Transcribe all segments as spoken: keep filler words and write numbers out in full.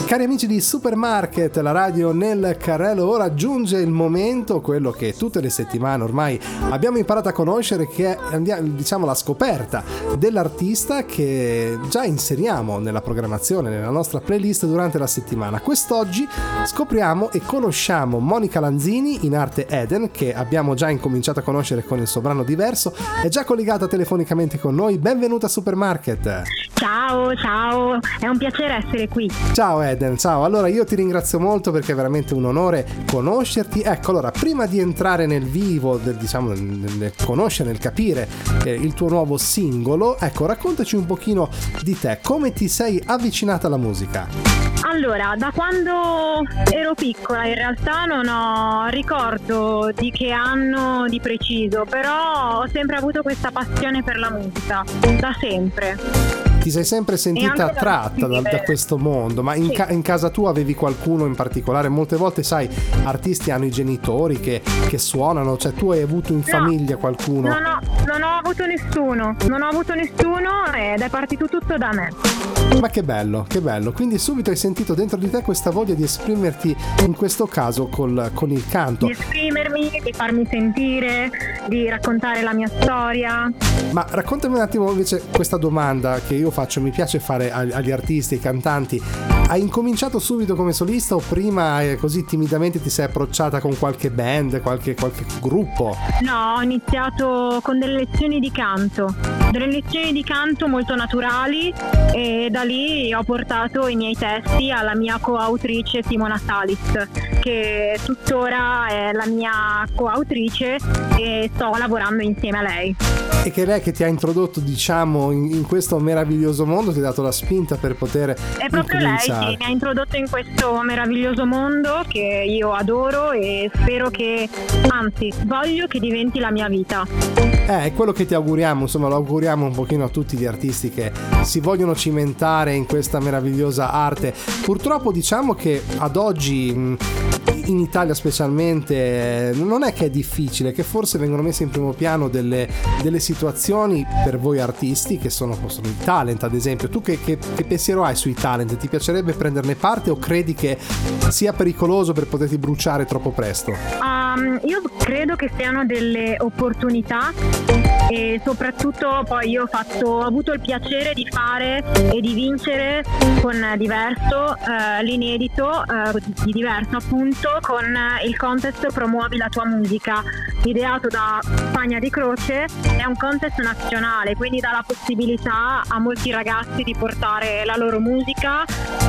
Cari amici di Supermarket, la radio nel carrello, ora giunge il momento, quello che tutte le settimane ormai abbiamo imparato a conoscere, che è, diciamo, la scoperta dell'artista che già inseriamo nella programmazione, nella nostra playlist durante la settimana. Quest'oggi scopriamo e conosciamo Monica Lanzini, in arte Eden, che abbiamo già incominciato a conoscere con il suo brano Diverso. È già collegata telefonicamente con noi. Benvenuta a Supermarket. Ciao, ciao, è un piacere essere qui. Ciao Eden, ciao. Allora io ti ringrazio molto perché è veramente un onore conoscerti. Ecco, allora, prima di entrare nel vivo, del, diciamo, nel, nel conoscere, nel capire eh, il tuo nuovo singolo, ecco, raccontaci un pochino di te, come ti sei avvicinata alla musica? Allora, da quando ero piccola in realtà non ho ricordo di che anno di preciso, però ho sempre avuto questa passione per la musica, da sempre. Ti sei sempre sentita attratta da, da questo mondo, ma in, sì. ca- in casa tua avevi qualcuno in particolare? Molte volte, sai, artisti hanno i genitori che, che suonano, cioè tu hai avuto in no, famiglia qualcuno? No, no, non ho avuto nessuno, non ho avuto nessuno ed è partito tutto da me. Ma che bello, che bello. Quindi subito hai sentito dentro di te questa voglia di esprimerti, in questo caso col, con il canto. Di esprimermi, di farmi sentire, di raccontare la mia storia. Ma raccontami un attimo invece questa domanda che io faccio, mi piace fare agli artisti, ai cantanti. Hai incominciato subito come solista o prima eh, così timidamente ti sei approcciata con qualche band, qualche, qualche gruppo? No, ho iniziato con delle lezioni di canto, delle lezioni di canto molto naturali, e da lì ho portato i miei testi alla mia coautrice Simona Salis, che tuttora è la mia coautrice e sto lavorando insieme a lei. E che lei che ti ha introdotto, diciamo, in, in questo meraviglioso mondo, ti ha dato la spinta per poter È proprio lei che mi ha introdotto in questo meraviglioso mondo che io adoro e spero che, anzi, voglio che diventi la mia vita. Eh, è quello che ti auguriamo, insomma, lo auguriamo un pochino a tutti gli artisti che si vogliono cimentare in questa meravigliosa arte. Purtroppo diciamo che ad oggi, in Italia specialmente, non è che è difficile, che forse vengono messe in primo piano delle, delle situazioni per voi artisti che sono, sono i talent, ad esempio. Tu che, che, che pensiero hai sui talent? Ti piacerebbe prenderne parte o credi che sia pericoloso per poterti bruciare troppo presto? Um, io credo che siano delle opportunità e soprattutto poi io ho fatto ho avuto il piacere di fare e di vincere con Diverso eh, l'inedito eh, di Diverso, appunto, con il contest Promuovi la tua musica, ideato da Spagna di Croce. È un contest nazionale, quindi dà la possibilità a molti ragazzi di portare la loro musica,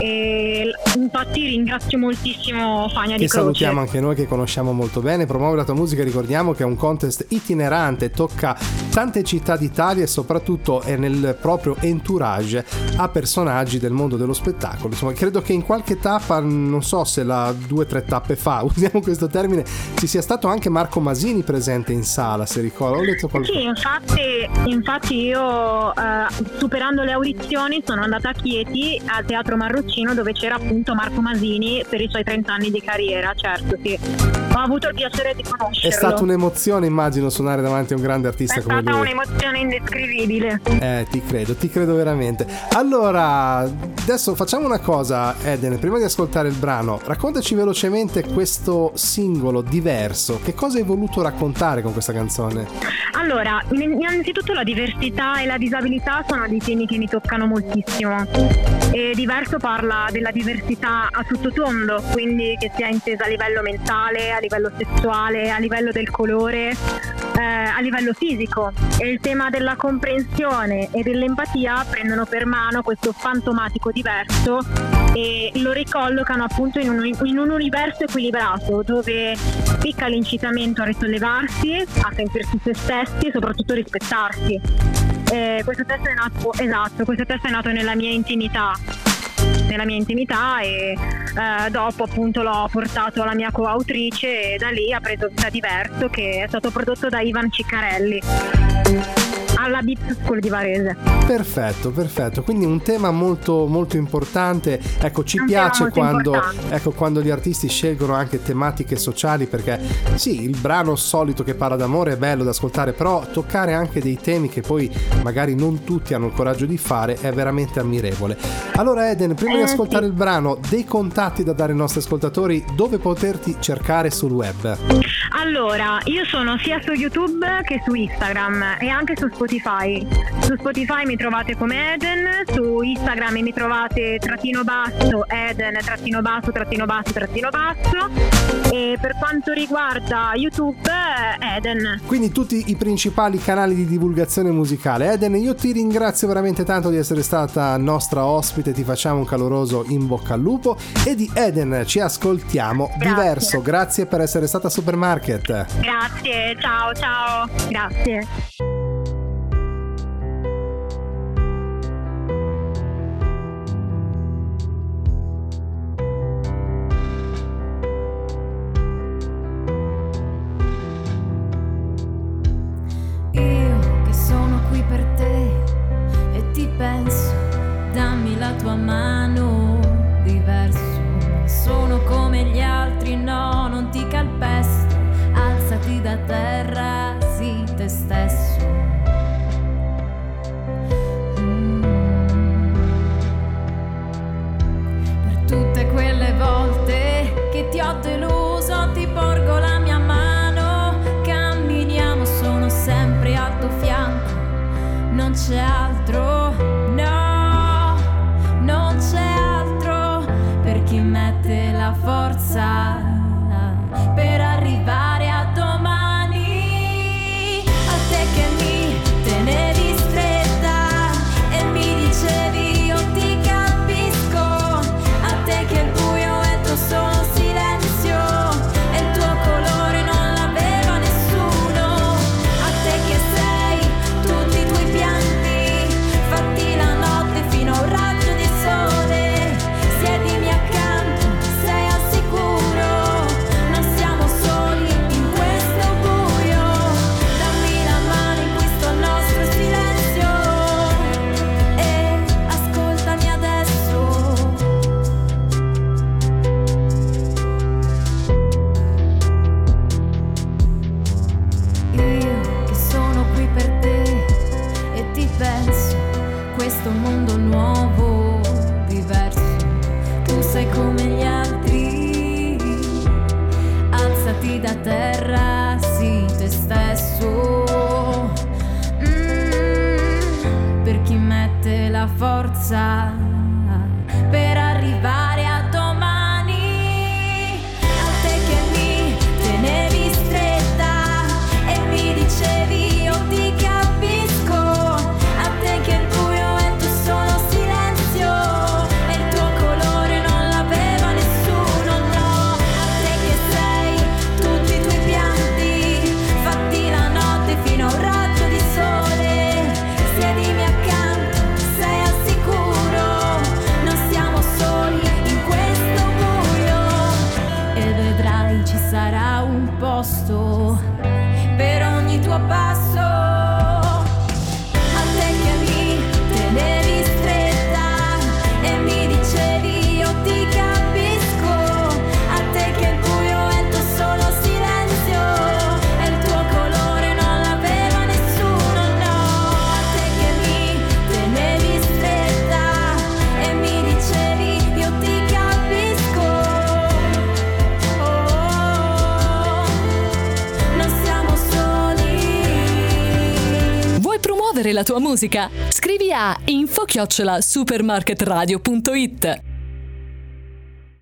e infatti ringrazio moltissimo Spagna di Che Croce. salutiamo anche noi, che conosciamo molto bene. Promuovi la tua musica, ricordiamo che è un contest itinerante, tocca tante città d'Italia e soprattutto è nel proprio entourage a personaggi del mondo dello spettacolo. Insomma, credo che in qualche tappa, non so se la due o tre tappe fa, usiamo questo termine, ci sia stato anche Marco Masini presente in sala, se ricordo. Ho letto qualcosa. Sì, infatti, infatti io eh, superando le audizioni sono andata a Chieti, al Teatro Marruccino, dove c'era appunto Marco Masini per i suoi trenta anni di carriera. Certo, sì, ho avuto il piacere di conoscerlo. È stata un'emozione, immagino, suonare davanti a un grande artista È come lui. stata un'emozione indescrivibile. Eh, ti credo, ti credo veramente. Allora, adesso facciamo una cosa, Eden, prima di ascoltare il brano, raccontaci velocemente questo singolo Diverso. Che cosa hai voluto raccontare con questa canzone? Allora, innanzitutto la diversità e la disabilità sono dei temi che mi toccano moltissimo. E Diverso parla della diversità a tutto tondo, quindi che sia intesa a livello mentale, a livello sessuale, a livello del colore, eh, a livello fisico. E il tema della comprensione e dell'empatia prendono per mano questo fantomatico diverso e lo ricollocano appunto in un, in un universo equilibrato, dove spicca l'incitamento a risollevarsi, a sentirsi se stessi e soprattutto rispettarsi. Eh, questo testo è nato, esatto, questo testo è nato nella mia intimità, nella mia intimità e eh, dopo appunto l'ho portato alla mia coautrice e da lì ha preso vita Diverso, che è stato prodotto da Ivan Ciccarelli. alla Beat School di Varese. Perfetto, perfetto. Quindi un tema molto molto importante. Ecco, ci Un piace tema molto quando importante. ecco quando gli artisti scelgono anche tematiche sociali, perché sì, il brano solito che parla d'amore è bello da ascoltare, però toccare anche dei temi che poi magari non tutti hanno il coraggio di fare è veramente ammirevole. Allora Eden, prima di Eh, ascoltare sì. il brano, dei contatti da dare ai nostri ascoltatori, dove poterti cercare sul web? Allora, io sono sia su YouTube che su Instagram e anche su Spotify. Su Spotify mi trovate come Eden, su Instagram mi trovate trattino basso Eden, trattino basso, trattino basso, trattino basso, e per quanto riguarda YouTube Eden. Quindi tutti i principali canali di divulgazione musicale. Eden, io ti ringrazio veramente tanto di essere stata nostra ospite, ti facciamo un caloroso in bocca al lupo, e di Eden ci ascoltiamo Grazie. diverso. Grazie per essere stata a Supermarket. Grazie, ciao ciao, grazie. Io che sono qui per te e ti penso, dammi la tua mano, diverso. Sono come gli altri, no, non ti calpesto, alzati da terra, sii te stesso. Mm. Per tutte quelle volte che ti ho deluso, ti porgo la mia mano, camminiamo, sono sempre al tuo fianco, non c'è altro, no, non c'è altro per chi mette la forza per arrivare a domani. A te che mi tenevi stretta e mi dicevi io ti capisco, a te che il buio è il tuo solo silenzio e il tuo colore non l'aveva nessuno, a te che sei tutti i tuoi pianti fatti la notte fino a un raggio di sole, siedimi accanto, sei al sicuro, non siamo soli in questo buio, dammi la mano in questo nostro silenzio e ascoltami adesso. Io che sono qui per te e ti penso, questo mondo nuovo, diverso, tu sei come gli altri, alzati da terra, sii te stesso. Mm, per chi mette la forza per arrivare a domani, a te che mi tenevi stretta e mi dicevi io ti capisco, a te che il buio è il tuo solo silenzio e il tuo colore non l'aveva nessuno, no, a te che sei tutti i tuoi pianti fatti la notte fino a un raggio di sole, siedimi accanto, sei al sicuro, non siamo soli in questo buio e vedrai ci sarà un posto per ogni tuo passo. A te che mi tenevi stretta e mi dicevi io ti capisco, a te che il buio è il tuo solo silenzio e il tuo colore non l'aveva nessuno, no, a te che mi tenevi stretta e mi dicevi io ti capisco, oh, non siamo soli. Vuoi promuovere la tua musica? Scrivi a info chiocciola supermarketradio punto it.